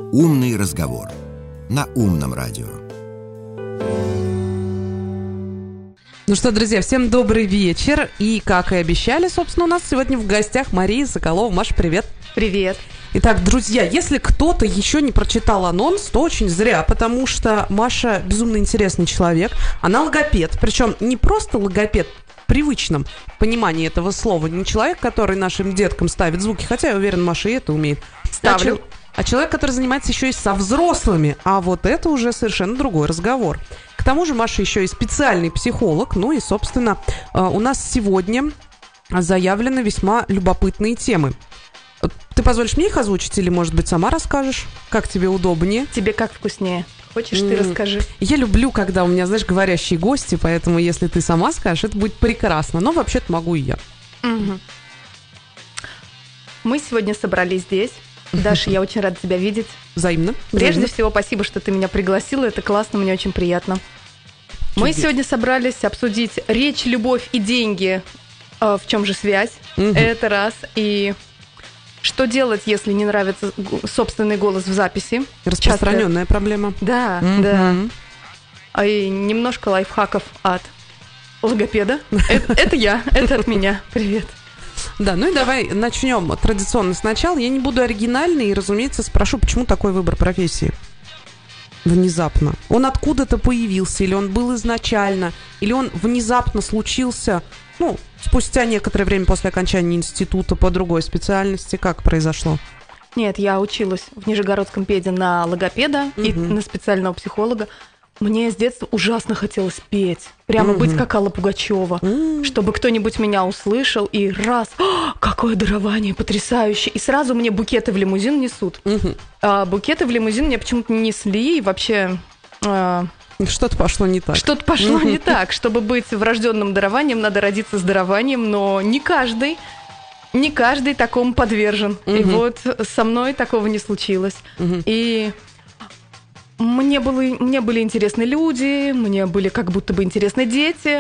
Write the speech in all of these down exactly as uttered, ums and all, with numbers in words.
«Умный разговор» на Умном радио. Ну что, друзья, всем добрый вечер. И, как и обещали, собственно, у нас сегодня в гостях Мария Соколова. Маша, привет. Привет. Итак, друзья, если кто-то еще не прочитал анонс, то очень зря, потому что Маша безумно интересный человек. Она логопед, причем не просто логопед в привычном понимании этого слова, не человек, который нашим деткам ставит звуки, хотя, я уверен, Маша и это умеет. Ставлю. А человек, который занимается еще и со взрослыми, а вот это уже совершенно другой разговор. К тому же Маша еще и специальный психолог, ну и, собственно, у нас сегодня заявлены весьма любопытные темы. Ты позволишь мне их озвучить или, может быть, сама расскажешь? Как тебе удобнее? Тебе как вкуснее? Хочешь, ты Mm. расскажи. Я люблю, когда у меня, знаешь, говорящие гости, поэтому если ты сама скажешь, это будет прекрасно. Но вообще-то могу и я. Угу. Мы сегодня собрались здесь. Даша, я очень рада тебя видеть. Взаимно. Прежде Взаимно. всего, спасибо, что ты меня пригласила. Это классно, мне очень приятно. Мы Чудес. сегодня собрались обсудить речь, любовь и деньги. Э, В чем же связь? Мгм. Это раз. И что делать, если не нравится г- собственный голос в записи? Распространенная проблема. Да, Мгм. да. А и немножко лайфхаков от логопеда. Это, это я, это от меня. Привет. Да, ну и давай начнем традиционно сначала. Я не буду оригинальной и, разумеется, спрошу, почему такой выбор профессии? Внезапно. Он откуда-то появился, или он был изначально, или он внезапно случился, ну, спустя некоторое время после окончания института по другой специальности. Как произошло? Нет, я училась в Нижегородском педе на логопеда и Мгм. на специального психолога. Мне с детства ужасно хотелось петь. Прямо Мгм. быть как Алла Пугачева. М. Чтобы кто-нибудь меня услышал и раз, «А, какое дарование, потрясающе. И сразу мне букеты в лимузин несут. Мгм. А букеты в лимузин мне почему-то не несли. И вообще а, Что-то пошло не так. что-то пошло Мгм. не так. Чтобы быть врожденным дарованием, надо родиться с дарованием, но не каждый, не каждый такому подвержен. И Мгм. вот со мной такого не случилось. Мгм. И мне, было, мне были интересны люди, мне были как будто бы интересны дети.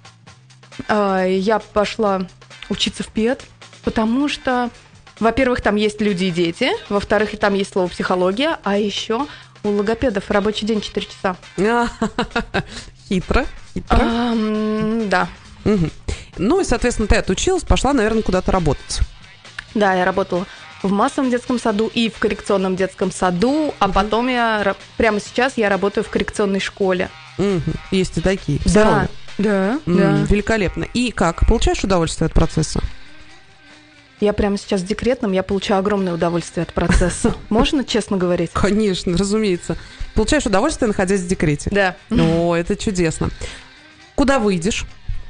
А, и Я пошла учиться в пед, потому что, во-первых, там есть люди и дети, во-вторых, и там есть слово психология, а еще у логопедов рабочий день четыре часа. А, Хитро, хитро. А, м, да. Мгм. Ну и, соответственно, ты отучилась, пошла, наверное, куда-то работать. Да, я работала в массовом детском саду и в коррекционном детском саду, а потом я ра- прямо сейчас я работаю в коррекционной школе. Мгм. Есть и такие. В Да, здоровье. да, М, да. Великолепно. И как? Получаешь удовольствие от процесса? Я прямо сейчас в декретном, я получаю огромное удовольствие от процесса. Можно честно говорить? Конечно, разумеется. Получаешь удовольствие, находясь в декрете? Да. О, это чудесно. Куда выйдешь?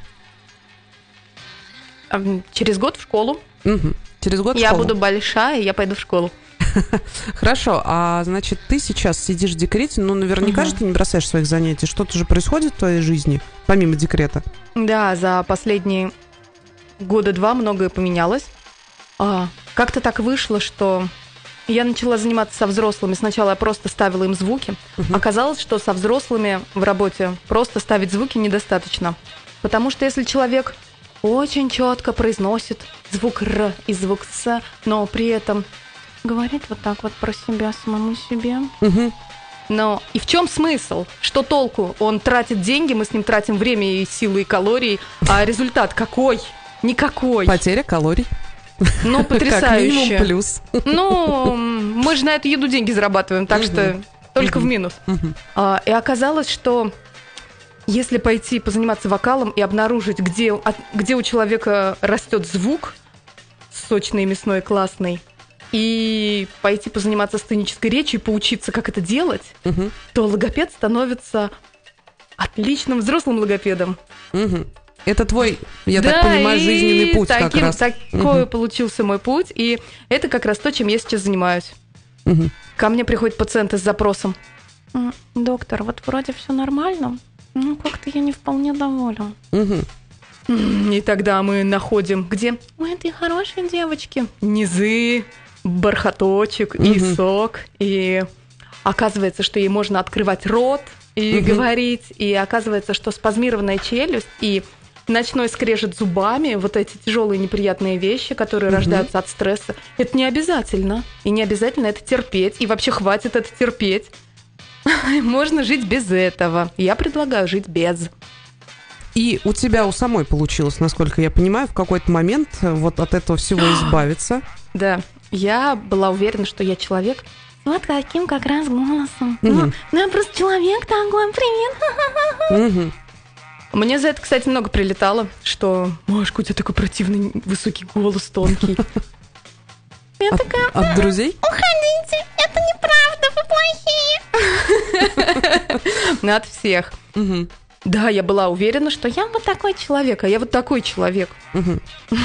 Ам, Через год в школу. Мгм. Через год в Я школу. буду большая, и я пойду в школу. Хорошо, а значит, ты сейчас сидишь в декрете, ну, наверняка Мгм. же ты не бросаешь своих занятий. Что-то же происходит в твоей жизни, помимо декрета? Да, за последние года два многое поменялось. А, Как-то так вышло, что я начала заниматься со взрослыми. Сначала я просто ставила им звуки. Мгм. Оказалось, что со взрослыми в работе просто ставить звуки недостаточно. Потому что если человек очень четко произносит звук «р» и звук «с», но при этом говорит вот так вот про себя самому себе. Мгм. Но и в чем смысл? Что толку? Он тратит деньги, мы с ним тратим время и силы, и калории, а результат какой? Никакой. Потеря калорий. Ну, Как потрясающе. минимум плюс. Ну, мы же на эту еду деньги зарабатываем, так что только в минус. Мгм. А, И оказалось, что если пойти позаниматься вокалом и обнаружить, где, от- где у человека растет звук, сочный, мясной, классный, и пойти позаниматься сценической речью и поучиться, как это делать, Мгм. то логопед становится отличным взрослым логопедом. Мгм. Это твой, я Да, так понимаю, и жизненный путь как таким- раз. Такой Мгм. получился мой путь, и это как раз то, чем я сейчас занимаюсь. Мгм. Ко мне приходят пациенты с запросом. «М, Доктор, вот вроде все нормально, но как-то я не вполне доволен. Мгм. М, И тогда мы находим, где у этой хорошей девочки низы, бархаточек и Мгм. сок, и оказывается, что ей можно открывать рот и Мгм. говорить, и оказывается, что спазмированная челюсть и ночной скрежет зубами, вот эти тяжелые неприятные вещи, которые угу. рождаются от стресса. Это не обязательно. И не обязательно это терпеть. И вообще хватит это терпеть. Можно жить без этого. Я предлагаю жить без. И у тебя у самой получилось, насколько я понимаю, в какой-то момент вот от этого всего избавиться. Да, я была уверена, что я человек вот таким как раз голосом. Угу. Ну, ну, я просто человек такой, привет. Угу. Мне за это, кстати, много прилетало, что, Машка, у тебя такой противный высокий голос, тонкий. Я от, такая, от друзей? Уходите, это неправда, вы плохие. От всех. Угу. Да, я была уверена, что я вот такой человек, а я вот такой человек. Угу.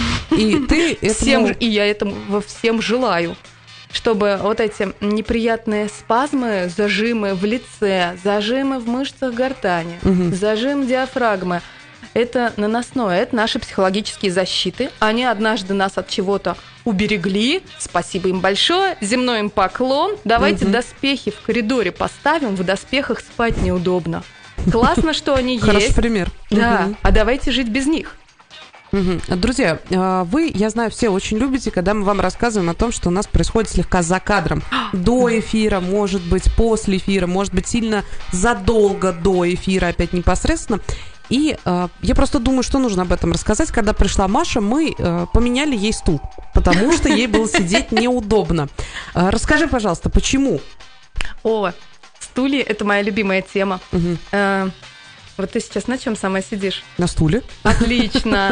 И ты этому... всем, и я этому во всем желаю, чтобы вот эти неприятные спазмы, зажимы в лице, зажимы в мышцах гортани, угу. зажим диафрагмы, это наносное, это наши психологические защиты. Они однажды нас от чего-то уберегли. Спасибо им большое. Земной им поклон. Давайте угу. доспехи в коридоре поставим. В доспехах спать неудобно. Классно, что они есть. Хороший пример. Да, угу. а давайте жить без них. Угу. Друзья, вы, я знаю, все очень любите, когда мы вам рассказываем о том, что у нас происходит слегка за кадром. До эфира, может быть, после эфира, может быть, сильно задолго до эфира, опять непосредственно. И э, я просто думаю, что нужно об этом рассказать. Когда пришла Маша, мы э, поменяли ей стул, потому что ей было сидеть неудобно. Э, расскажи, пожалуйста, почему? О, стулья – это моя любимая тема. Угу. Э, вот ты сейчас на чем сама сидишь? На стуле. Отлично.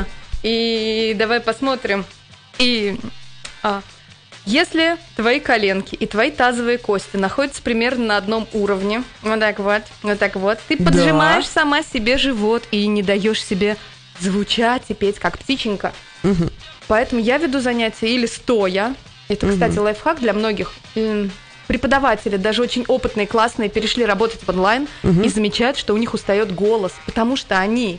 И давай посмотрим. И а, если твои коленки и твои тазовые кости находятся примерно на одном уровне, вот так вот, вот так вот, ты поджимаешь да. сама себе живот и не даешь себе звучать и петь, как птиченька. Угу. Поэтому я веду занятия или стоя. Это, кстати, угу. лайфхак для многих. Преподаватели, даже очень опытные, классные, перешли работать в онлайн угу. и замечают, что у них устает голос, потому что они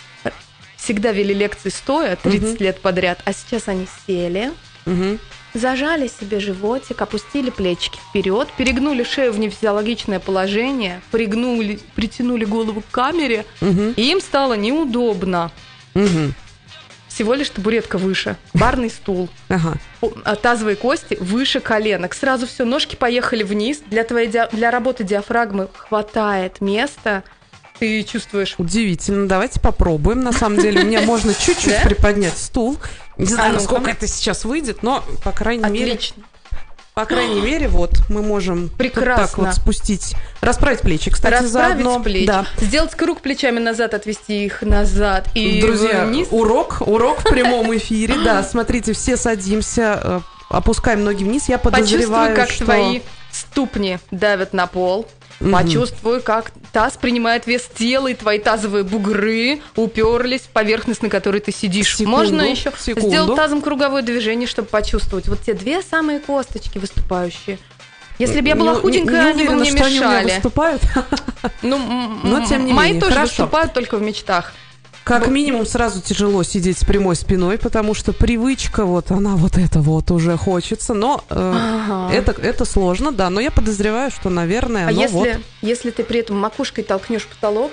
всегда вели лекции стоя тридцать угу. лет подряд, а сейчас они сели, угу. зажали себе животик, опустили плечики вперед, перегнули шею в нефизиологичное положение, пригнули, притянули голову к камере, угу. и им стало неудобно. Угу. Всего лишь табуретка выше, барный стул, ага. тазовые кости выше коленок. Сразу все, ножки поехали вниз. Для твоей ди... для работы диафрагмы хватает места. Ты чувствуешь... Удивительно. Давайте попробуем. На самом деле, у меня можно чуть-чуть приподнять стул. Не знаю, насколько это сейчас выйдет, но, по крайней мере... Отлично. По крайней мере, вот, мы можем прекрасно вот так вот спустить, расправить плечи, кстати, расправить заодно. Плечи. Да. Сделать круг плечами назад, отвести их назад и друзья, вниз. урок, урок в прямом эфире, да, смотрите, все садимся, опускаем ноги вниз, я подозреваю, Почувствуй, как что... твои ступни давят на пол. Угу. Почувствуй, как таз принимает вес тела, и твои тазовые бугры уперлись в поверхность, на которой ты сидишь. Секунду, Можно еще секунду. сделать тазом круговое движение, чтобы почувствовать. Вот те две самые косточки выступающие. Если бы я была худенькая, не, не они бы мне что мешали. Они у меня выступают. Ну, но тем не мои менее, тоже хорошо. выступают только в мечтах. Как минимум сразу тяжело сидеть с прямой спиной, потому что привычка, вот она вот это вот уже хочется, но э, ага. это, это сложно, да, но я подозреваю, что, наверное, а оно если, вот... если ты при этом макушкой толкнешь потолок,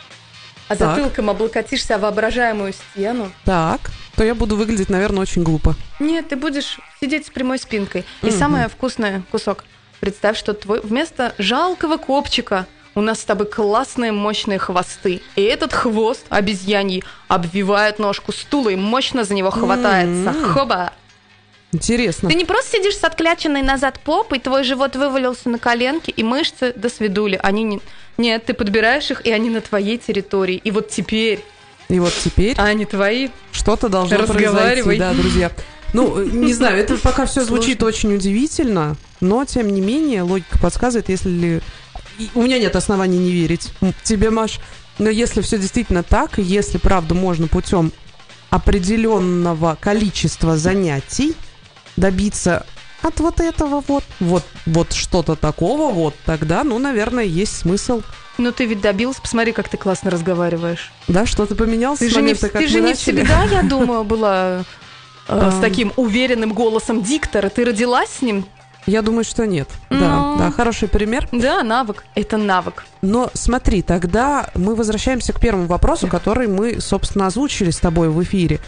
а так. затылком облокотишься о воображаемую стену... Так, то я буду выглядеть, наверное, очень глупо. Нет, ты будешь сидеть с прямой спинкой. И угу. самое вкусное кусок. Представь, что твой вместо жалкого копчика у нас с тобой классные мощные хвосты. И этот хвост обезьяний обвивает ножку стула и мощно за него хватается. Mm-hmm. Хоба! Интересно. Ты не просто сидишь с откляченной назад попой, твой живот вывалился на коленки, и мышцы досвидули. Они не... Нет, ты подбираешь их, и они на твоей территории. И вот теперь... И вот теперь... А они твои. Что-то должно произойти, да, друзья. Ну, не знаю, это пока все звучит очень удивительно, но, тем не менее, логика подсказывает, если... У меня нет оснований не верить тебе, Маш, но если все действительно так, и если, правда, можно путем определенного количества занятий добиться от вот этого вот, вот, вот что-то такого, вот тогда, ну, наверное, есть смысл. Ну, ты ведь добился, посмотри, как ты классно разговариваешь. Да, что-то поменялось ты с момента, не, как ты мы же не начали? всегда, я думаю, была э, с таким уверенным голосом диктора. Ты родилась с ним? Я думаю, что нет. Ну. Да, да, хороший пример. Да, навык. Это навык. Но смотри, тогда мы возвращаемся к первому вопросу, Да. который мы, собственно, озвучили с тобой в эфире.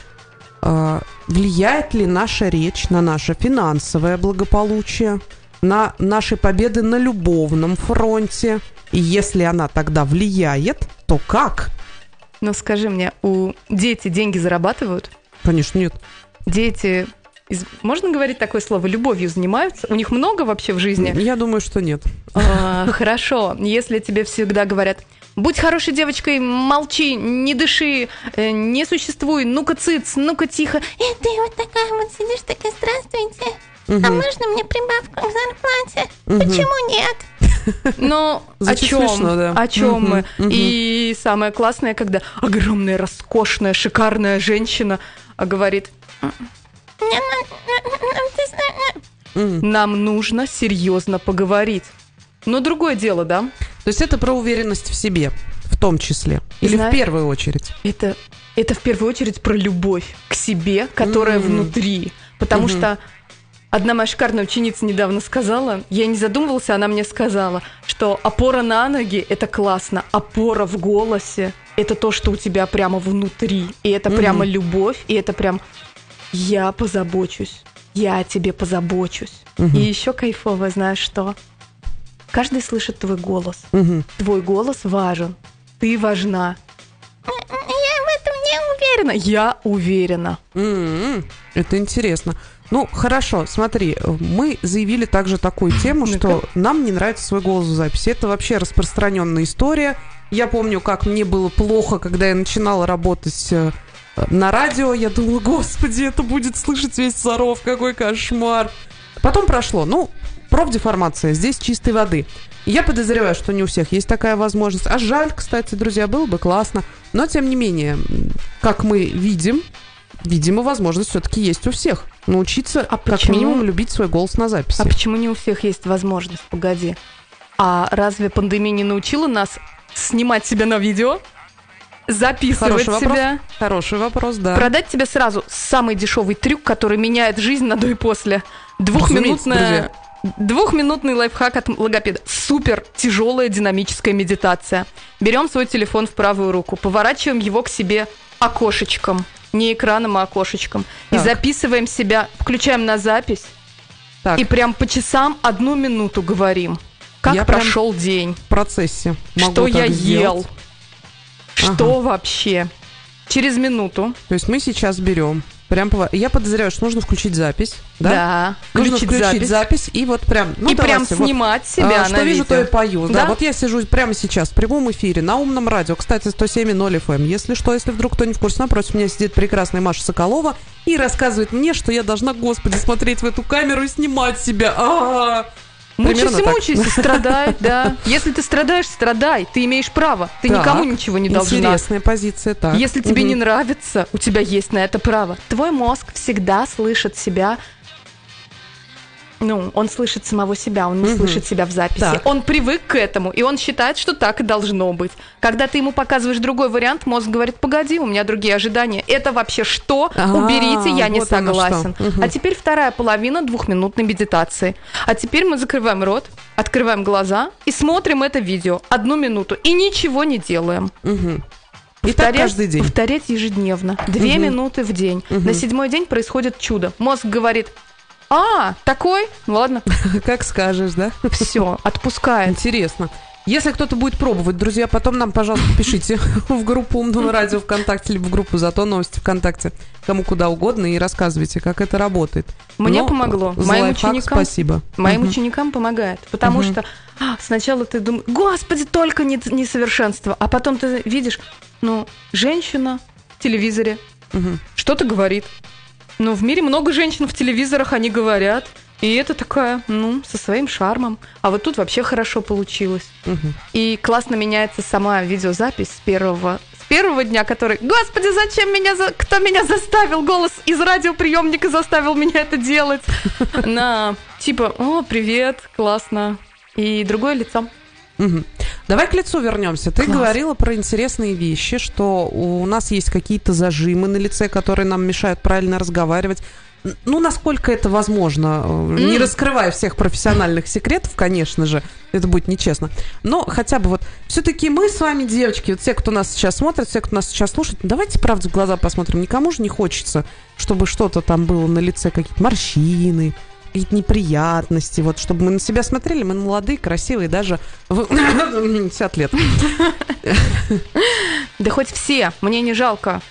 А, влияет ли наша речь на наше финансовое благополучие, на наши победы на любовном фронте? И если она тогда влияет, то как? Ну, скажи мне, у дети деньги зарабатывают? Конечно, нет. Дети, из- можно говорить такое слово, любовью занимаются? У них много вообще в жизни? Я думаю, что нет. А, Хорошо, если тебе всегда говорят, будь хорошей девочкой, молчи, не дыши, э, не существуй, ну-ка цыц, ну-ка тихо. И ты вот такая вот сидишь, такая, здравствуйте, а Мгм. можно мне прибавку к зарплате? Мгм. Почему нет? Ну, о Звучит чем? смешно, да. О чем Мгм, мы? мгм. И самое классное, когда огромная, роскошная, шикарная женщина а, говорит, Мне на- на- на- ты знаешь, Мгм. нам нужно серьезно поговорить. Но другое дело, да? То есть это про уверенность в себе, в том числе. Или Зна- в первую очередь. Это, это в первую очередь про любовь к себе, которая М. внутри. Потому Мгм. что одна моя шикарная ученица недавно сказала, я не задумывался, она мне сказала, что опора на ноги – это классно, опора в голосе – это то, что у тебя прямо внутри. И это Мгм. прямо любовь, и это прям «я позабочусь, я о тебе позабочусь». Мгм. И еще кайфово, знаешь что? Каждый слышит твой голос. Мгм. Твой голос важен. Ты важна. я в этом не уверена. Уверена? Я уверена. М-м, Это интересно. Ну, хорошо, смотри, мы заявили также такую тему, Ну-ка. что нам не нравится свой голос в записи. Это вообще распространенная история. Я помню, как мне было плохо, когда я начинала работать э, на радио. Я думала, господи, это будет слышать весь Саров, какой кошмар. Потом прошло. Ну, профдеформация, здесь чистой воды. Я подозреваю, что не у всех есть такая возможность. А жаль, кстати, друзья, было бы классно. Но, тем не менее, как мы видим, видимо, возможность все-таки есть у всех. Научиться, А как почему? минимум, любить свой голос на записи. А почему не у всех есть возможность? Погоди. А разве пандемия не научила нас снимать себя на видео, записывать Хороший вопрос. себя, Хороший вопрос, да. продать тебе сразу самый дешевый трюк, который меняет жизнь на до и после? Разумеется, Двухминутная... Двухминутный лайфхак от логопеда. Супер тяжелая динамическая медитация. Берем свой телефон в правую руку, поворачиваем его к себе окошечком. Не экраном, а окошечком. И Так. записываем себя, включаем на запись. Так, И прям по часам одну минуту говорим. Как Я прям прошел день? в процессе могу Что так я ел? сделать. Что вообще? Через минуту. То есть мы сейчас берем, прям пова- я подозреваю, что нужно включить запись, да? Да. Нужно включить включить запись. запись и вот прям, ну и прям давайте, вот, снимать а, себя что на вижу, то видео. и пою. Да? Да? Вот я сижу прямо сейчас в прямом эфире на умном радио. Кстати, сто семь и ноль эф эм. Если что, если вдруг кто не в курсе, напротив меня сидит прекрасная Маша Соколова и рассказывает мне, что я должна, господи, смотреть в эту камеру и снимать себя. А-а-а. Мучайся, Примерно так. мучайся, страдай, да. Если ты страдаешь, страдай. Ты имеешь право. Ты Так, никому ничего не должна. Интересная позиция, так. Если тебе Мгм. не нравится, у тебя есть на это право. Твой мозг всегда слышит себя. Ну, он слышит самого себя, он не Мгм. слышит себя в записи. Так. Он привык к этому, и он считает, что так и должно быть. Когда ты ему показываешь другой вариант, мозг говорит: погоди, у меня другие ожидания. Это вообще что? А, Уберите, я не вот оно согласен. что. Мгм. А теперь вторая половина двухминутной медитации. А теперь мы закрываем рот, открываем глаза и смотрим это видео одну минуту. И ничего не делаем. Мгм. И так каждый день. Повторять ежедневно. Две Мгм. минуты в день. Мгм. На седьмой день происходит чудо. Мозг говорит: а, такой? Ладно, Как скажешь, да? все, отпускает. Интересно. Если кто-то будет пробовать, друзья, потом нам, пожалуйста, пишите в группу Умного радио ВКонтакте, либо в группу Зато новости ВКонтакте, кому куда угодно, и рассказывайте, как это работает. Мне Но помогло. за Моим лайфхак ученикам, спасибо. моим Мгм. ученикам помогает. Потому Мгм. что а, сначала ты думаешь: господи, только не- несовершенство. А потом ты видишь, ну, женщина в телевизоре Мгм. что-то говорит. Ну, в мире много женщин в телевизорах, они говорят. И это такая, ну, со своим шармом. А вот тут вообще хорошо получилось. Мгм. И классно меняется сама видеозапись с первого, с первого дня, который: господи, зачем меня, за... кто меня заставил, голос из радиоприемника заставил меня это делать, на типа: о, привет, классно. И другое лицо. Мгм. Давай к лицу вернемся. Ты Класс. говорила про интересные вещи, что у нас есть какие-то зажимы на лице, которые нам мешают правильно разговаривать. ну, насколько это возможно, mm. не раскрывая всех профессиональных секретов, конечно же, это будет нечестно, но хотя бы вот, все-таки мы с вами, девочки, вот все, кто нас сейчас смотрит, все, кто нас сейчас слушает, давайте правду в глаза посмотрим, никому же не хочется, чтобы что-то там было на лице, какие-то морщины, какие-то неприятности, вот, чтобы мы на себя смотрели, мы молодые, красивые, даже в пятьдесят лет. Да хоть все, мне не жалко.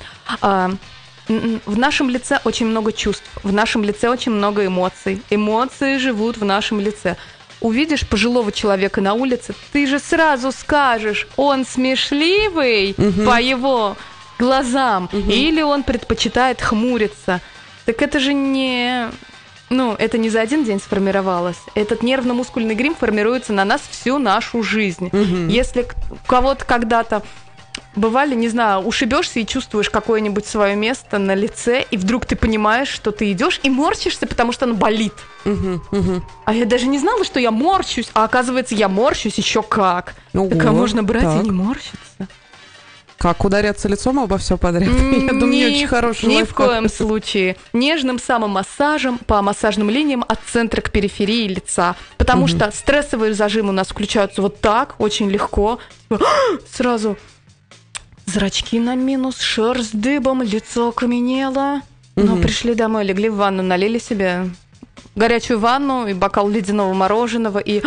В нашем лице очень много чувств, в нашем лице очень много эмоций. Эмоции живут в нашем лице. Увидишь пожилого человека на улице, ты же сразу скажешь, он смешливый угу. по его глазам, угу. или он предпочитает хмуриться. Так это же не... Ну, это не за один день сформировалось. Этот нервно-мускульный грим формируется на нас всю нашу жизнь. Угу. Если у кого-то когда-то бывали, не знаю, ушибешься и чувствуешь какое-нибудь свое место на лице, и вдруг ты понимаешь, что ты идешь и морщишься, потому что оно болит. Угу, угу. А я даже не знала, что я морщусь, а оказывается, я морщусь еще как. Ого, так а можно брать так. и не морщиться. Как, ударяться лицом обо все подряд? Mm, я думаю, не очень хороший Ни лайфхак. в коем случае. Нежным самомассажем по массажным линиям от центра к периферии лица. Потому mm-hmm. что стрессовые зажимы у нас включаются вот так, очень легко. Сразу зрачки на минус, шерсть дыбом, лицо окаменело. Mm-hmm. Но пришли домой, легли в ванну, налили себе горячую ванну и бокал ледяного мороженого и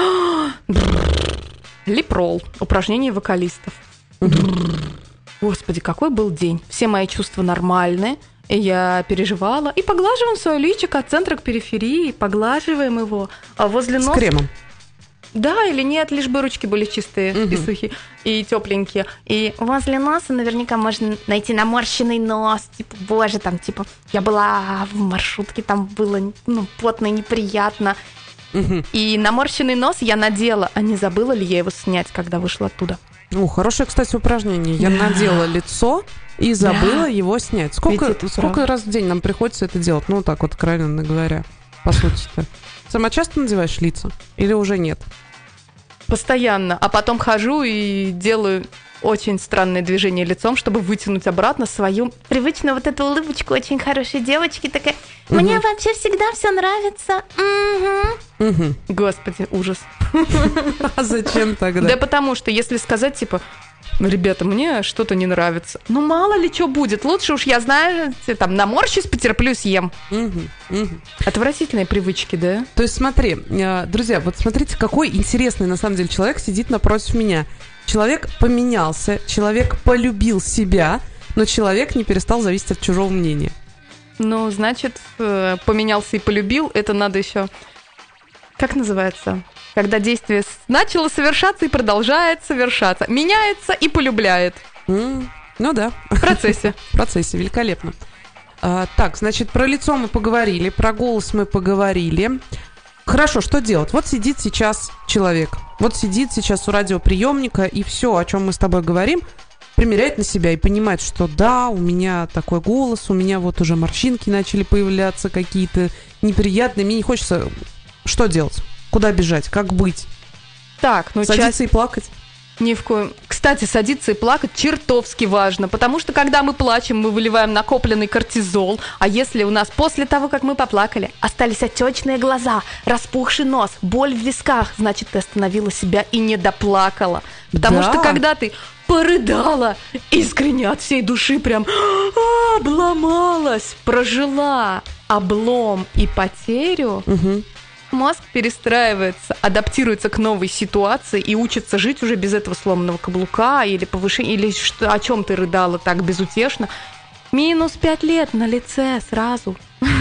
липрол. Упражнение вокалистов. Mm-hmm. Господи, какой был день. Все мои чувства нормальны. И я переживала. И поглаживаем свое личико от центра к периферии. Поглаживаем его. А возле носа... С кремом? Да, или нет, лишь бы ручки были чистые угу. и сухие, и тепленькие. И возле носа наверняка можно найти наморщенный нос. Типа, боже, там, типа, я была в маршрутке, там было, ну, потно и неприятно. Угу. И наморщенный нос я надела. А не забыла ли я его снять, когда вышла оттуда? О, хорошее, кстати, упражнение. Я да. надела лицо и забыла да. его снять. Сколько, сколько раз в день нам приходится это делать? Ну, так вот, откровенно говоря, по сути-то. Сама часто надеваешь лица? Или уже нет? Постоянно. А потом хожу и делаю очень странное движение лицом, чтобы вытянуть обратно свою привычную вот эту улыбочку очень хорошей девочки. Такая, мне угу. вообще всегда все нравится. Угу. Угу. Господи, ужас. А зачем тогда? Да потому что, если сказать, типа, ребята, мне что-то не нравится. Ну, мало ли что будет. Лучше уж я, знаю, там, наморщусь, потерплю, съем. Угу, угу. Отвратительные привычки, да? То есть смотри, друзья, вот смотрите, какой интересный, на самом деле, человек сидит напротив меня. Человек поменялся, человек полюбил себя, но человек не перестал зависеть от чужого мнения. Ну, значит, поменялся и полюбил, это надо еще... Как называется? Когда действие начало совершаться и продолжает совершаться. Меняется и полюбляет. Mm, ну да. В процессе. В процессе, великолепно. А, так, значит, про лицо мы поговорили, про голос мы поговорили. Хорошо, что делать? Вот сидит сейчас человек, вот сидит сейчас у радиоприемника, и все, о чем мы с тобой говорим, примеряет на себя и понимает, что да, у меня такой голос, у меня вот уже морщинки начали появляться какие-то неприятные, мне не хочется... Что делать? Куда бежать? Как быть? Так, ну садиться часть... и плакать? Ни в коем... Кстати, садиться и плакать чертовски важно, потому что когда мы плачем, мы выливаем накопленный кортизол, а если у нас после того, как мы поплакали, остались отечные глаза, распухший нос, боль в висках, значит, ты остановила себя и не доплакала. Потому да. что когда ты порыдала искренне от всей души, прям обломалась, прожила облом и потерю... Угу. Мозг перестраивается, адаптируется к новой ситуации и учится жить уже без этого сломанного каблука или повышения, или что, о чем ты рыдала так безутешно. Минус пять лет на лице сразу.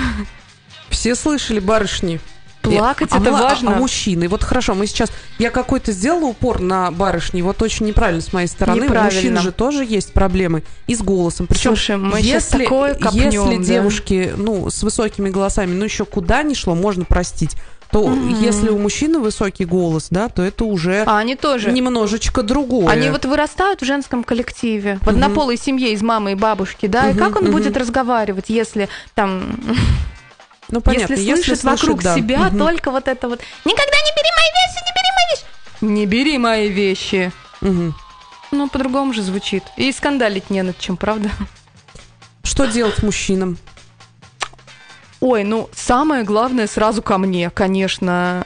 Все слышали, барышни? Плакать а, это а, важно. А, а мужчины? Вот хорошо, мы сейчас... Я какой-то сделала упор на барышни, вот очень неправильно с моей стороны. У мужчин же тоже есть проблемы и с голосом. Причем, слушай, мы если, сейчас такое копнем, если да? девушки, ну, с высокими голосами, ну, еще куда ни шло, можно простить. То mm-hmm. если у мужчины высокий голос, да, то это уже а они тоже. немножечко другое. Они вот вырастают в женском коллективе, в однополой mm-hmm. семье из мамы и бабушки, да, mm-hmm. и как он mm-hmm. будет разговаривать, если там... Ну, понятно, если слышит если вокруг слышит, да. себя угу. только вот это вот «Никогда не бери мои вещи, не бери мои вещи!» Не бери мои вещи. Угу. Ну, по-другому же звучит. И скандалить не над чем, правда? Что делать мужчинам? Ой, ну, самое главное сразу ко мне, конечно.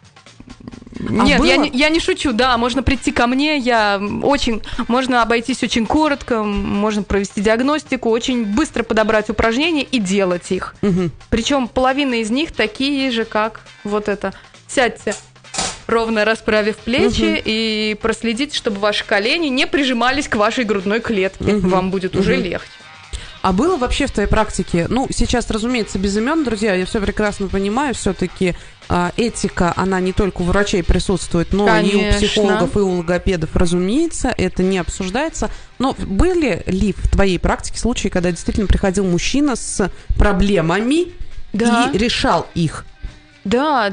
Нет, было? я, не, я не шучу, да, можно прийти ко мне, я очень, можно обойтись очень коротко, можно провести диагностику, очень быстро подобрать упражнения и делать их. Угу. Причем половина из них такие же, как вот это. Сядьте, ровно расправив плечи, угу. и проследите, чтобы ваши колени не прижимались к вашей грудной клетке. Угу. Вам будет угу. уже легче. А было вообще в твоей практике, ну, сейчас, разумеется, без имен, друзья, я все прекрасно понимаю, все-таки э, этика, она не только у врачей присутствует, но Конечно. и у психологов, и у логопедов, разумеется, это не обсуждается. Но были ли в твоей практике случаи, когда действительно приходил мужчина с проблемами да. и решал их? Да,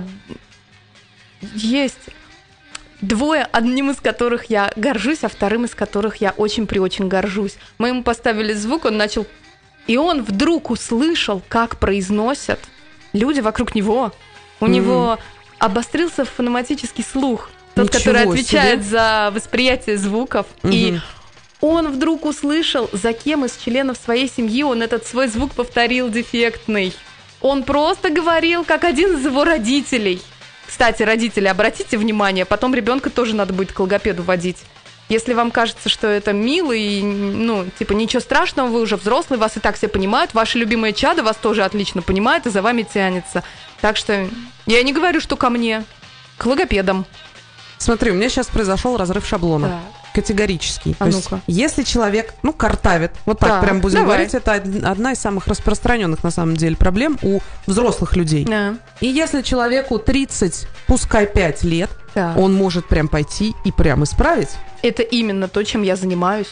есть двое, одним из которых я горжусь, а вторым из которых я очень-преочень горжусь. Мы ему поставили звук, он начал... И он вдруг услышал, как произносят люди вокруг него. У mm-hmm. него обострился фонематический слух, тот, Ничего который отвечает себе. за восприятие звуков. Mm-hmm. И он вдруг услышал, за кем из членов своей семьи он этот свой звук повторил дефектный. Он просто говорил, как один из его родителей. Кстати, родители, обратите внимание, потом ребенка тоже надо будет к логопеду водить. Если вам кажется, что это мило и, ну, типа, ничего страшного, вы уже взрослый, вас и так все понимают, ваши любимые чада вас тоже отлично понимают и за вами тянется. Так что я не говорю, что ко мне, к логопедам. Смотри, у меня сейчас произошел разрыв шаблона. Да. Категорический. А То есть, если человек, ну, картавит, вот так, так прям будем давай. говорить, это одна из самых распространенных, на самом деле, проблем у взрослых людей. Да. И если человеку тридцать, пускай пять лет, да. он может прям пойти и прям исправить. Это именно то, чем я занимаюсь.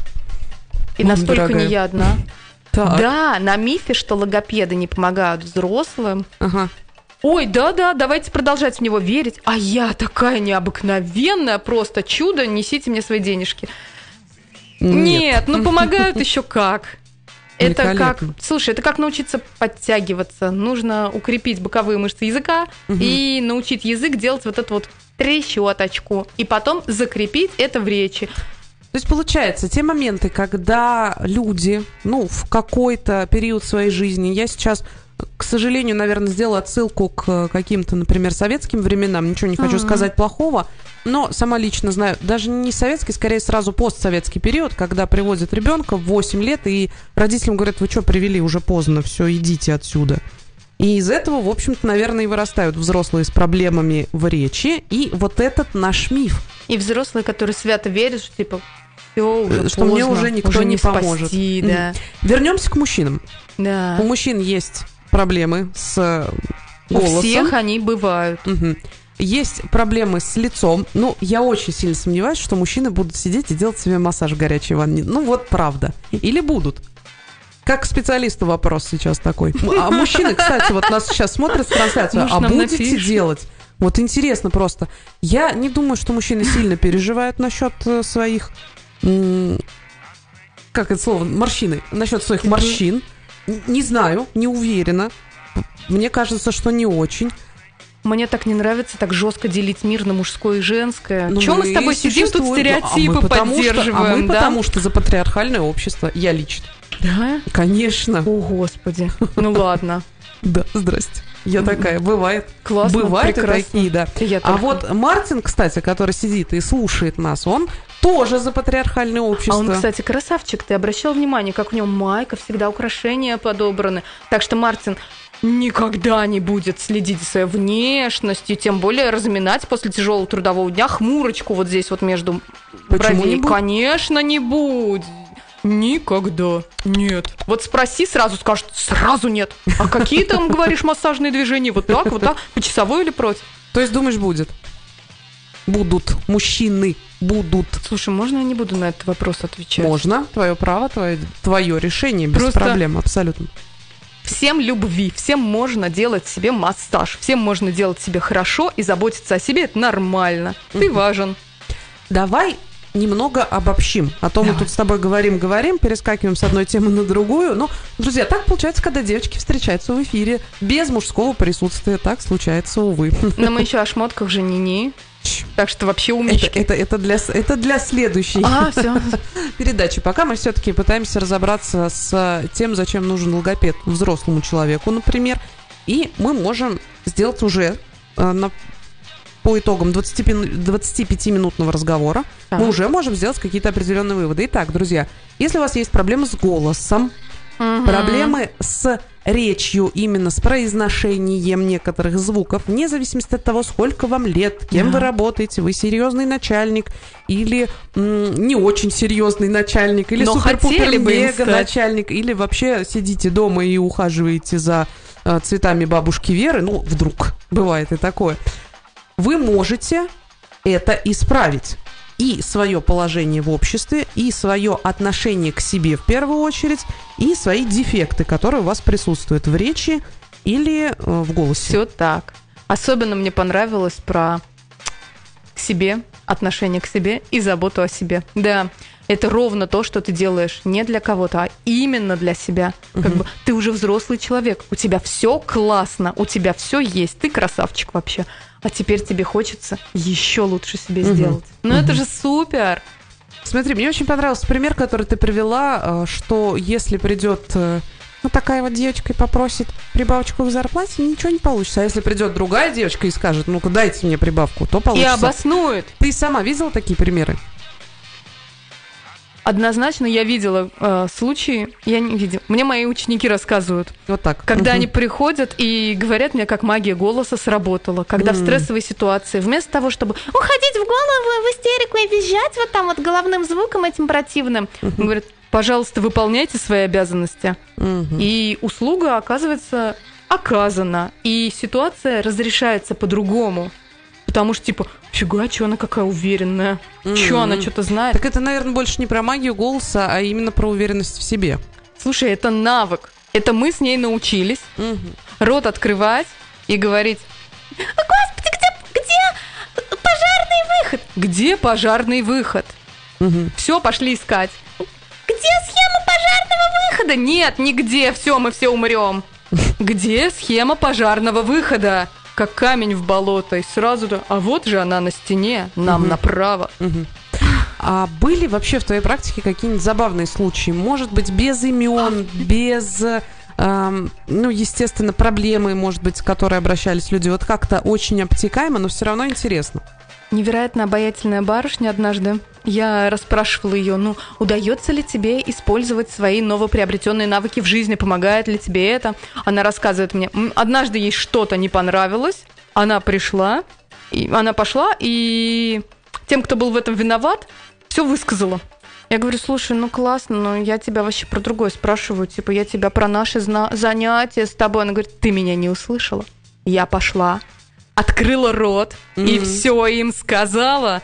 И Мам, настолько дорогая. не я одна. Так. Да, на мифе, что логопеды не помогают взрослым. Ага. Ой, да-да, давайте продолжать в него верить. А я такая необыкновенная, просто чудо, несите мне свои денежки. Нет, Нет ну помогают еще как. Это как, слушай, это как научиться подтягиваться. Нужно укрепить боковые мышцы языка угу. и научить язык делать вот эту вот трещоточку. И потом закрепить это в речи. То есть, получается, те моменты, когда люди, ну, в какой-то период своей жизни, я сейчас... К сожалению, наверное, сделала отсылку к каким-то, например, советским временам. Ничего не хочу mm-hmm. сказать плохого, но сама лично знаю, даже не советский, скорее сразу постсоветский период, когда привозят ребенка в восемь лет, и родителям говорят, вы что, привели, уже поздно, все, идите отсюда. И из этого, в общем-то, наверное, и вырастают взрослые с проблемами в речи, и вот этот наш миф. И взрослые, которые свято верят, что типа... Все, уже что поздно, мне уже никто уже не, не поможет. Спасти, да. Вернемся к мужчинам. Да. У мужчин есть проблемы с голосом. У всех они бывают. Угу. Есть проблемы с лицом. Ну, я очень сильно сомневаюсь, что мужчины будут сидеть и делать себе массаж в горячей ванне. Ну, вот правда. Или будут. Как к специалисту вопрос сейчас такой. А мужчины, кстати, вот нас сейчас смотрят в трансляцию. Может, а будете напишут? делать? Вот интересно просто. Я не думаю, что мужчины сильно переживают насчет своих... Как это слово? Морщины. Насчет своих морщин. Не знаю, не уверена. Мне кажется, что не очень. Мне так не нравится так жестко делить мир на мужское и женское. Ну, Чего мы с тобой сидим тут стереотипы а поддерживаем? Что, а мы да? потому что за патриархальное общество. Я лично. Да? Конечно. О, Господи. Ну ладно. Да, здрасте. Я такая, бывает. Классно, Бывают и прекрасно. такие, да. А вот Мартин, кстати, который сидит и слушает нас, он тоже за патриархальное общество. А он, кстати, красавчик. Ты обращал внимание, как у него майка, всегда украшения подобраны. Так что Мартин никогда не будет следить за своей внешностью, тем более разминать после тяжелого трудового дня хмурочку вот здесь вот между Почему бровей. не будет? Конечно, не будет. Никогда. Нет. Вот спроси, сразу скажут, сразу нет. А какие там, говоришь, массажные движения? Вот так, вот так, по часовой или против? То есть, думаешь, будет? Будут. Мужчины будут. Слушай, можно я не буду на этот вопрос отвечать? Можно. Твое право, твое, твое решение, без Просто проблем, абсолютно. Всем любви, всем можно делать себе массаж, всем можно делать себе хорошо и заботиться о себе, это нормально. Ты важен. Давай немного обобщим. А то Давай. мы тут с тобой говорим-говорим, перескакиваем с одной темы на другую. Ну, друзья, так получается, когда девочки встречаются в эфире без мужского присутствия. Так случается, увы. Но мы еще о шмотках же не-не. Так что вообще умнички. Это, это, это, для, это для следующей а, все. передачи. Пока мы все-таки пытаемся разобраться с тем, зачем нужен логопед взрослому человеку, например. И мы можем сделать уже э, на, по итогам двадцатипятиминутного разговора, так. мы уже можем сделать какие-то определенные выводы. Итак, друзья, если у вас есть проблемы с голосом, угу. проблемы с речью, именно с произношением некоторых звуков, вне зависимости от того, сколько вам лет, кем да. вы работаете, вы серьезный начальник или м, не очень серьезный начальник, или супер-пупер-мега начальник, или вообще сидите дома и ухаживаете за э, цветами бабушки Веры, ну, вдруг бывает и такое, вы можете это исправить. И свое положение в обществе, и свое отношение к себе в первую очередь, и свои дефекты, которые у вас присутствуют в речи или э, в голосе. Все так. Особенно мне понравилось про к себе, отношение к себе и заботу о себе. Да, это ровно то, что ты делаешь не для кого-то, а именно для себя. Угу. Как бы ты уже взрослый человек, у тебя все классно, у тебя все есть, ты красавчик вообще. А теперь тебе хочется еще лучше себе угу. сделать. Ну угу. это же супер! Смотри, мне очень понравился пример, который ты привела, что если придет ну такая вот девочка и попросит прибавочку к зарплате, ничего не получится. А если придет другая девочка и скажет, ну-ка дайте мне прибавку, то получится. И обоснует. Ты сама видела такие примеры? Однозначно я видела э, случаи, я не видела. Мне мои ученики рассказывают. Вот так. Когда угу. они приходят и говорят мне, как магия голоса сработала. Когда mm. в стрессовой ситуации, вместо того, чтобы уходить в голову, в истерику и визжать вот там вот головным звуком этим противным, угу. говорят, пожалуйста, выполняйте свои обязанности. Угу. И услуга, оказывается, оказана. И ситуация разрешается по-другому. Потому что, типа, фига, что она какая уверенная. Mm-hmm. Что она что-то знает. Так это, наверное, больше не про магию голоса, а именно про уверенность в себе. Слушай, это навык. Это мы с ней научились. Mm-hmm. Рот открывать и говорить: Господи, где, где пожарный выход? Где пожарный выход? Mm-hmm. Все, пошли искать. Где схема пожарного выхода? Нет, нигде. Все, мы все умрем. Где схема пожарного выхода? Как камень в болото, и сразу, а вот же она на стене, нам угу. направо. Угу. А были вообще в твоей практике какие-нибудь забавные случаи? Может быть, без имен, без, эм, ну, естественно, проблемы, может быть, с которой обращались люди, вот как-то очень обтекаемо, но все равно интересно. Невероятно обаятельная барышня однажды. Я расспрашивала ее, ну, удается ли тебе использовать свои новоприобретенные навыки в жизни, помогает ли тебе это? Она рассказывает мне, однажды ей что-то не понравилось, она пришла, и она пошла, и тем, кто был в этом виноват, все высказала. Я говорю, слушай, ну классно, но я тебя вообще про другое спрашиваю, типа, я тебя про наши зна- занятия с тобой. Она говорит, ты меня не услышала. Я пошла, открыла рот mm-hmm. и все им сказала.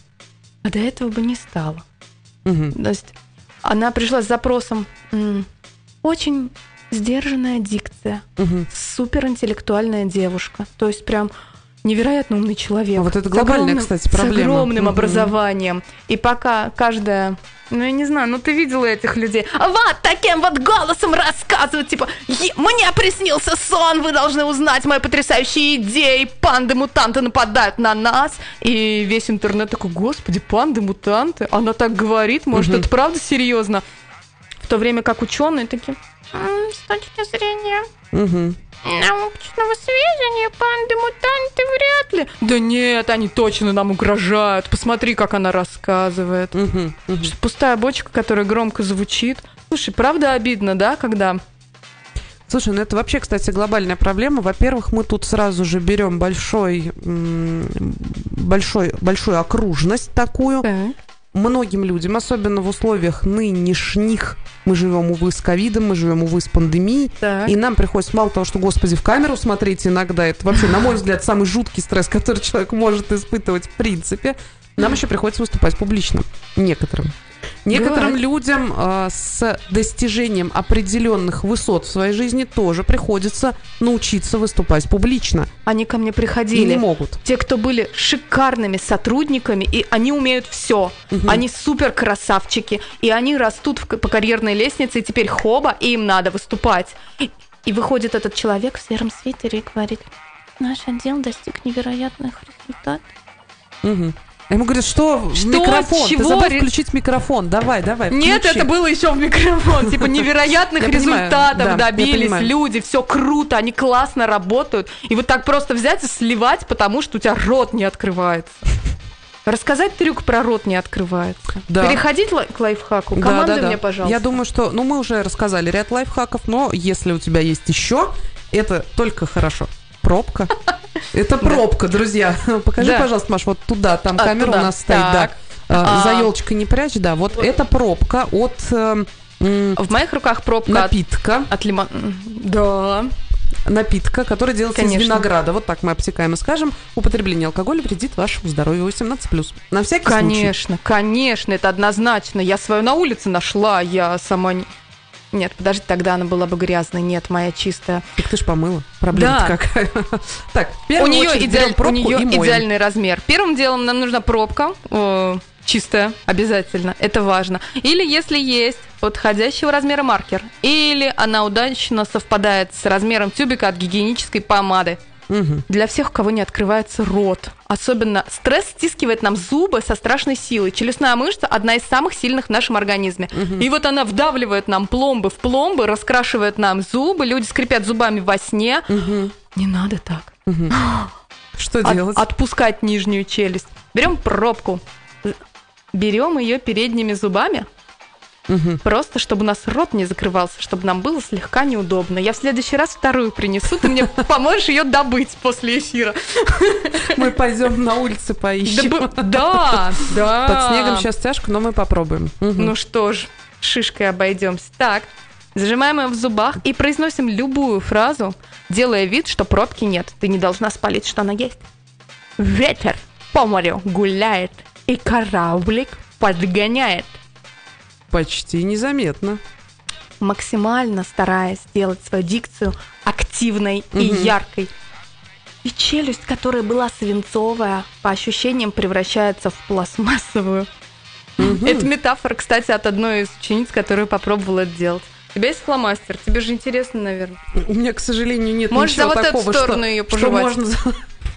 А до этого бы не стало. Mm-hmm. То есть она пришла с запросом: м-м, очень сдержанная дикция, mm-hmm. суперинтеллектуальная девушка. То есть прям невероятно умный человек. А вот это глобальная, огромным, кстати, проблема. С огромным mm-hmm. образованием. И пока каждая... Ну, я не знаю, ну ты видела этих людей. Вот таким вот голосом рассказывают, типа, мне приснился сон, вы должны узнать мои потрясающие идеи, панды-мутанты нападают на нас. И весь интернет такой, господи, панды-мутанты? Она так говорит, может, угу. это правда серьезно? В то время как ученые такие, м-м, с точки зрения... Угу. научного сведения, панды-мутанты вряд ли. Да нет, они точно нам угрожают. Посмотри, как она рассказывает. Угу, угу. Пустая бочка, которая громко звучит. Слушай, правда обидно, да, когда... Слушай, ну это вообще, кстати, глобальная проблема. Во-первых, мы тут сразу же берем большой, большой, большую окружность такую. Да. Многим людям, особенно в условиях нынешних, мы живем, увы, с ковидом, мы живем, увы, с пандемией, так. и нам приходится мало того, что, господи, в камеру смотреть иногда, это вообще, на мой взгляд, самый жуткий стресс, который человек может испытывать в принципе, нам еще приходится выступать публично. Некоторым. Некоторым Бывает. людям э, с достижением определенных высот в своей жизни тоже приходится научиться выступать публично. Они ко мне приходили. И не могут. Те, кто были шикарными сотрудниками, и они умеют все. Угу. Они супер красавчики, и они растут в, по карьерной лестнице, и теперь хоба, и им надо выступать. И, и выходит этот человек в сером свитере и говорит: наш отдел достиг невероятных результатов. Угу. Ему говорят, что, Что? микрофон, Чего? ты забыл включить микрофон, давай, давай, Нет, включи. это было еще в микрофон. Типа невероятных Я понимаю, результатов да, я добились понимаю. люди, все круто, они классно работают. И вот так просто взять и сливать, потому что у тебя рот не открывается. Рассказать трюк про рот не открывается. Да. Переходить лай- к лайфхаку? Да, Командуй да, да. мне, пожалуйста. Я думаю, что, ну, мы уже рассказали ряд лайфхаков, но если у тебя есть еще, это только хорошо. Пробка. Это пробка, друзья. Покажи, Да. пожалуйста, Маш, вот туда, там А, камера туда. у нас стоит, да. Так. А, А. За елочкой не прячь, да. Вот это пробка от э, м, В моих руках пробка от, напитка, от лимона. Да. напитка, который делается из Конечно. винограда. Вот так мы обтекаем и скажем. Употребление алкоголя вредит вашему здоровью. восемнадцать плюс. На всякий случай. Конечно, конечно, это однозначно. Я свою на улице нашла, я сама не... Нет, подожди, тогда она была бы грязной. Нет, моя чистая. Так ты ж помыла. Проблема Да. какая. Так, в У первую нее, очередь идеаль- берем у пробку нее и моем. идеальный размер. Первым делом нам нужна пробка, э, чистая, обязательно, это важно. Или если есть подходящего размера маркер, или она удачно совпадает с размером тюбика от гигиенической помады. Мгм. Для всех, у кого не открывается рот. Особенно стресс стискивает нам зубы со страшной силой. Челюстная мышца – одна из самых сильных в нашем организме. И вот она вдавливает нам пломбы в пломбы, раскрашивает нам зубы, люди скрипят зубами во сне. Мгм. Не надо так. Что От- делать? отпускать нижнюю челюсть. Берем пробку, берем ее передними зубами, Мгм. просто чтобы у нас рот не закрывался, чтобы нам было слегка неудобно. Я в следующий раз вторую принесу, ты мне поможешь ее добыть после эфира. Мы пойдем на улице поищем. Добы- Да, да. Под снегом сейчас тяжко, но мы попробуем. Мгм. Ну что ж, шишкой обойдемся. Так, зажимаем ее в зубах и произносим любую фразу, делая вид, что пробки нет. Ты не должна спалить, что она есть. Ветер по морю гуляет, и кораблик подгоняет. Почти незаметно. Максимально стараясь сделать свою дикцию активной и Мгм. яркой. И челюсть, которая была свинцовая, по ощущениям превращается в пластмассовую. Мгм. Это метафора, кстати, от одной из учениц, которая попробовала это делать. У тебя есть фломастер? Тебе же интересно, наверное. У меня, к сожалению, нет Можешь ничего за вот эту такого, сторону что, её что пожевать. можно за-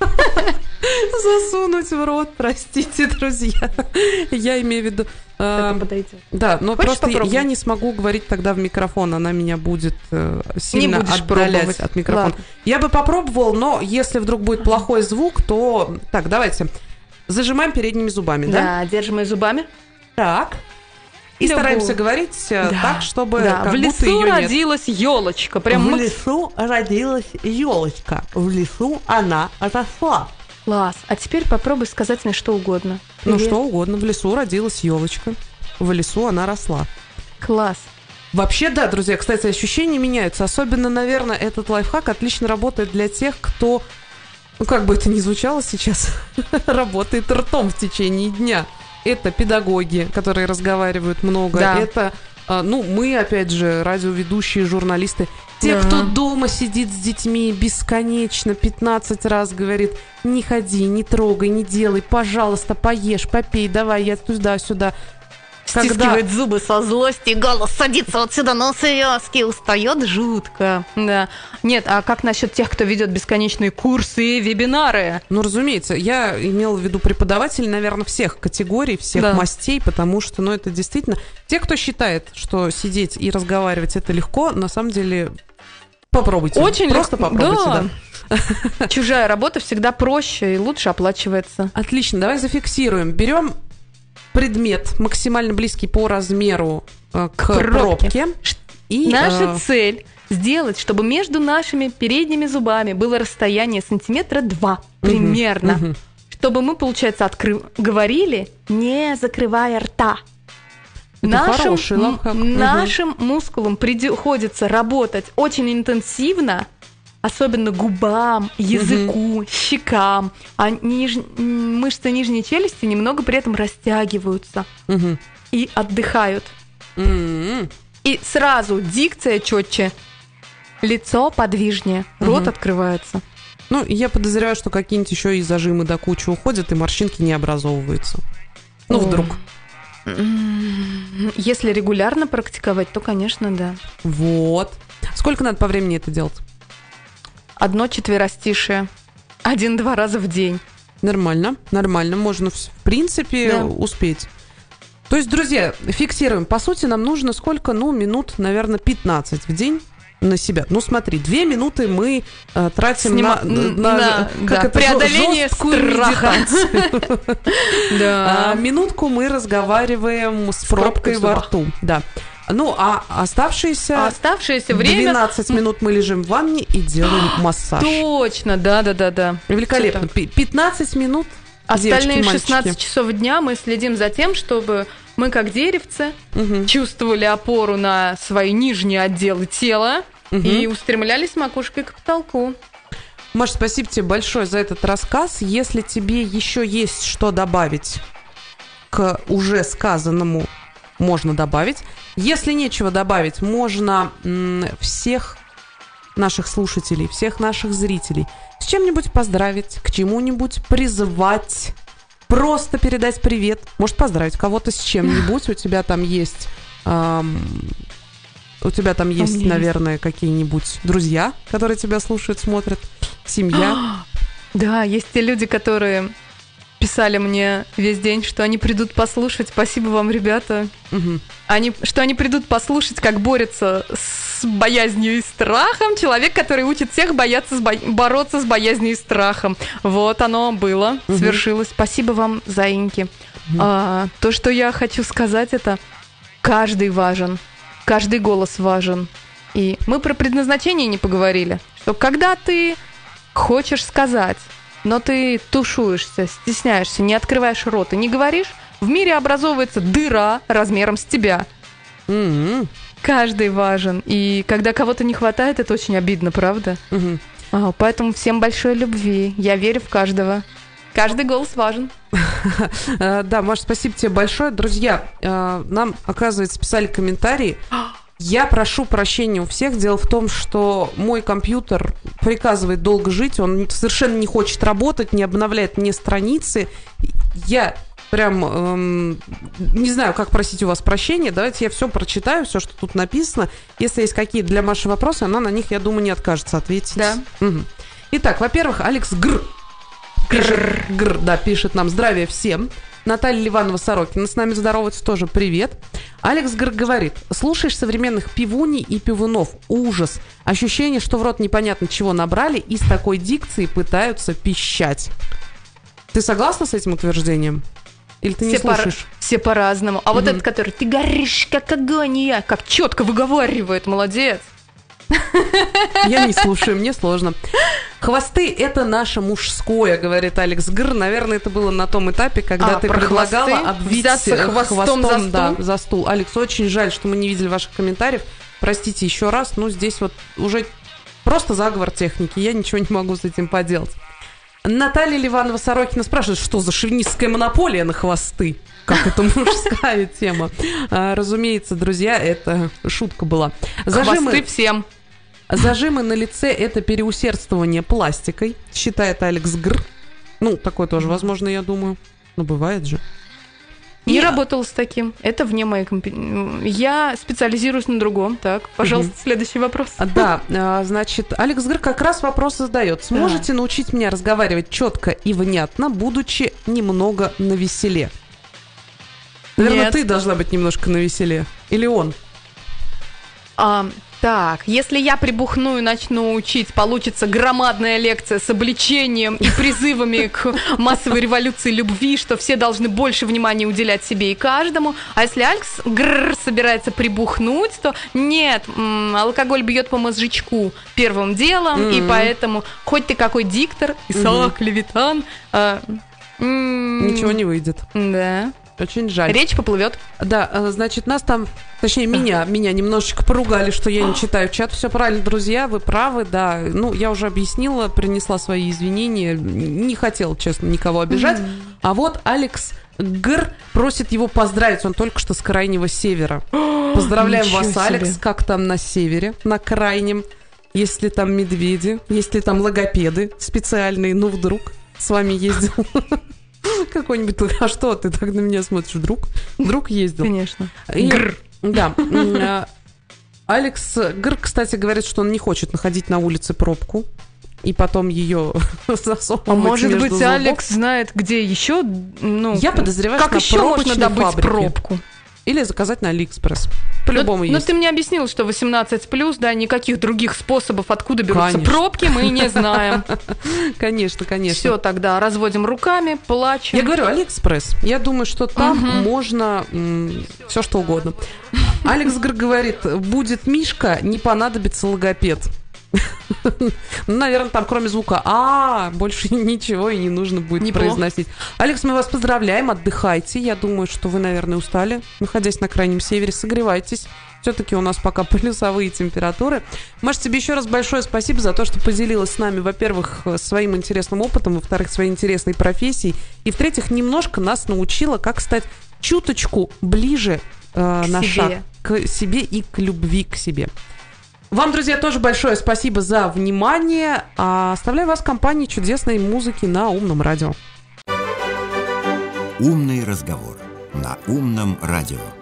засунуть в рот. Простите, друзья. Я имею в виду... э, Это подойдет. Да, но Хочешь просто попробовать? я не смогу говорить тогда в микрофон, она меня будет э, сильно будешь отдалять пробовать. от микрофона. Ладно. Я бы попробовал, но если вдруг будет плохой звук, то... Так, давайте. Зажимаем передними зубами, да? Да, держим ее зубами. Так. И Любую. стараемся говорить э, Да. так, чтобы Да, как в будто лесу ее нет. родилась елочка. Прям в макс- лесу родилась елочка. В лесу она росла. Класс. А теперь попробуй сказать мне что угодно. Ну, Или- что угодно. В лесу родилась елочка. В лесу она росла. Класс. Вообще, да, друзья, кстати, ощущения меняются. Особенно, наверное, этот лайфхак отлично работает для тех, кто, ну, как бы это ни звучало сейчас, работает ртом в течение дня. Это педагоги, которые разговаривают много. Да. Это, а, ну, мы, опять же, радиоведущие, журналисты. Те, Да. кто дома сидит с детьми бесконечно, пятнадцать раз говорит, не ходи, не трогай, не делай, пожалуйста, поешь, попей, давай, я туда-сюда. Когда- Стискивает зубы со злости, голос садится вот сюда на связки, устает жутко. Да. Нет, а как насчет тех, кто ведет бесконечные курсы и вебинары? Ну, разумеется, я имела в виду преподавателей, наверное, всех категорий, всех Да. мастей, потому что, ну, это действительно... Те, кто считает, что сидеть и разговаривать это легко, на самом деле попробуйте. Очень Просто легко. попробуйте, да. Чужая работа всегда проще и лучше оплачивается. Отлично, давай зафиксируем. Берем предмет, максимально близкий по размеру э, к Пробке. пробке. И, Наша э, цель сделать, чтобы между нашими передними зубами было расстояние сантиметра два примерно. мгм. Чтобы мы, получается, откры... говорили, не закрывая рта. Это хороший м- лайфхак. Мгм. нашим мускулам приходится работать очень интенсивно, особенно губам, языку, щекам. А ниж- м, мышцы нижней челюсти немного при этом растягиваются Мгм. и отдыхают. М-м. И сразу дикция четче, лицо подвижнее, рот Мгм. открывается. Ну, я подозреваю, что какие-нибудь еще и зажимы до кучи уходят, и морщинки не образовываются. Ну, О. вдруг. М, Если регулярно практиковать, то, конечно, да. Вот. Сколько надо по времени это делать? Одно четверостишее. Один-два раза в день. Нормально, нормально. Можно, в в принципе, Да. успеть. То есть, друзья, фиксируем. По сути, нам нужно сколько? Ну, минут, наверное, пятнадцать в день на себя. Ну, смотри, две минуты мы э, тратим Снима- на, н- на, на, как да, это, преодоление жесткую страха. медитацию. А Да. минутку мы разговариваем с пробкой пробкой в во зубах. рту. Да. Ну, а оставшиеся А оставшееся время... двенадцать минут мы лежим в ванне и делаем массаж. Точно, да-да-да-да. Великолепно. Всё так. Пи- пятнадцать минут. Остальные девочки, мальчики. шестнадцать часов дня мы следим за тем, чтобы мы, как деревце, Мгм. чувствовали опору на свои нижние отделы тела Мгм. и устремлялись макушкой к потолку. Маш, спасибо тебе большое за этот рассказ. Если тебе еще есть что добавить к уже сказанному, можно добавить. Если нечего добавить, можно м, всех наших слушателей, всех наших зрителей с чем-нибудь поздравить, к чему-нибудь призывать, просто передать привет. Может, поздравить кого-то с чем-нибудь. У тебя там есть... ам, у тебя там есть, меня есть. наверное, какие-нибудь друзья, которые тебя слушают, смотрят, семья. Да, есть те люди, которые писали мне весь день, что они придут послушать. Спасибо вам, ребята. Мгм. Они, что они придут послушать, как борется с боязнью и страхом человек, который учит всех бояться с бо- бороться с боязнью и страхом. Вот оно было, Мгм. свершилось. Спасибо вам, заиньки. Мгм. А, то, что я хочу сказать, это каждый важен, каждый голос важен. И мы про предназначение не поговорили, что когда ты хочешь сказать, но ты тушуешься, стесняешься, не открываешь рот и не говоришь, в мире образовывается дыра размером с тебя. Мгм. Каждый важен. И когда кого-то не хватает, это очень обидно, правда? Мгм. А, поэтому всем большой любви. Я верю в каждого. Каждый голос важен. Э, Да, Маш, спасибо тебе большое. Друзья, э, нам, оказывается, писали комментарии. Я прошу прощения у всех. Дело в том, что мой компьютер приказывает долго жить. Он совершенно не хочет работать, не обновляет мне страницы. Я прям эм, не знаю, как просить у вас прощения. Давайте я все прочитаю, все, что тут написано. Если есть какие-то для Маши вопросы, она на них, я думаю, не откажется ответить. Да. Мгм. Итак, во-первых, Алекс Гр. Пишет, Гр, да, пишет нам здравия всем. Наталья Ливанова-Сорокина с нами здоровается, тоже привет. Алекс Гр говорит: слушаешь современных пивуней и пивунов, ужас. Ощущение, что в рот непонятно чего набрали и с такой дикцией пытаются пищать. Ты согласна с этим утверждением? Или ты не Все, пора- слушаешь? все по-разному. А вот Мгм. этот, который ты горишь, как огонь, и я, как четко выговаривает, молодец. Я не слушаю, мне сложно. Хвосты – это наше мужское, говорит Алекс Гр. Наверное, это было на том этапе, когда А, ты про предлагала хвосты? обвить Взяться э, хвостом за стул? да, за стул. Алекс, очень жаль, что мы не видели ваших комментариев. Простите еще раз, но здесь вот уже просто заговор техники. Я ничего не могу с этим поделать. Наталья Ливанова-Сорокина спрашивает, что за шовинистская монополия на хвосты? Как это мужская тема? А, разумеется, друзья, это шутка была. Хвосты всем. Зажимы на лице – это переусердствование пластикой, считает Алекс Гр. Ну, такое тоже возможно, я думаю. Но бывает же. Не И- работала с таким. Это вне моей компетенции. Я специализируюсь на другом. Так, пожалуйста, следующий вопрос. А, Да, а, значит, Алекс Гр как раз вопрос задает. Сможете научить меня разговаривать четко и внятно, будучи немного навеселе? Наверное, Нет. ты должна быть немножко навеселе. Или он? А, так, если я прибухну и начну учить, получится громадная лекция с обличением и призывами к массовой революции любви, что все должны больше внимания уделять себе и каждому. А если Алекс Гррр собирается прибухнуть, то нет, м, алкоголь бьет по мозжечку первым делом, и Мгм. поэтому хоть ты какой диктор, Исаак Левитан, а, м, Ничего не выйдет. Да. Очень жаль. Речь поплывет. Да, э, значит, нас там, точнее, меня, меня немножечко поругали, что я не читаю чат. Все правильно, друзья, вы правы, да. Ну, я уже объяснила, принесла свои извинения. Не хотела, честно, никого обижать. А вот Алекс Гр просит его поздравить. Он только что с крайнего севера. Поздравляем Ничего вас, себе. Алекс. Как там на севере, на крайнем? Есть ли там медведи? Есть ли там логопеды специальные? Ну, вдруг с вами ездил какой-нибудь... А что ты так на меня смотришь? Вдруг? Вдруг ездил? Конечно. И- Гр. Да. М, а, Алекс Гр, кстати, говорит, что он не хочет находить на улице пробку. и потом ее засовывать А может между быть, зубов. Алекс знает, где еще, ну, Я подозреваю, как что на еще можно пробочной добыть фабрике. пробку? Или заказать на Алиэкспресс. По-любому но, есть. Но ты мне объяснил, что восемнадцать плюс, да, никаких других способов, откуда берутся Конечно. пробки, мы не знаем. Конечно, конечно. Все тогда, разводим руками, плачем. Я говорю, Алиэкспресс. Я думаю, что там Мгм. можно все что угодно. Алекс Гр говорит, будет Мишка, не понадобится логопед. Ну, наверное, там кроме звука «а», больше ничего и не нужно будет Неплохо. произносить. Алекс, мы вас поздравляем, отдыхайте. Я думаю, что вы, наверное, устали, находясь на крайнем севере. Согревайтесь. Все-таки у нас пока плюсовые температуры. Маш, тебе еще раз большое спасибо за то, что поделилась с нами, во-первых, своим интересным опытом, во-вторых, своей интересной профессией, и, в-третьих, немножко нас научила, как стать чуточку ближе э, на себе. шаг к себе и к любви к себе. Вам, друзья, тоже большое спасибо за внимание. А оставляю вас в компании чудесной музыки на Умном радио. Умный разговор на Умном радио.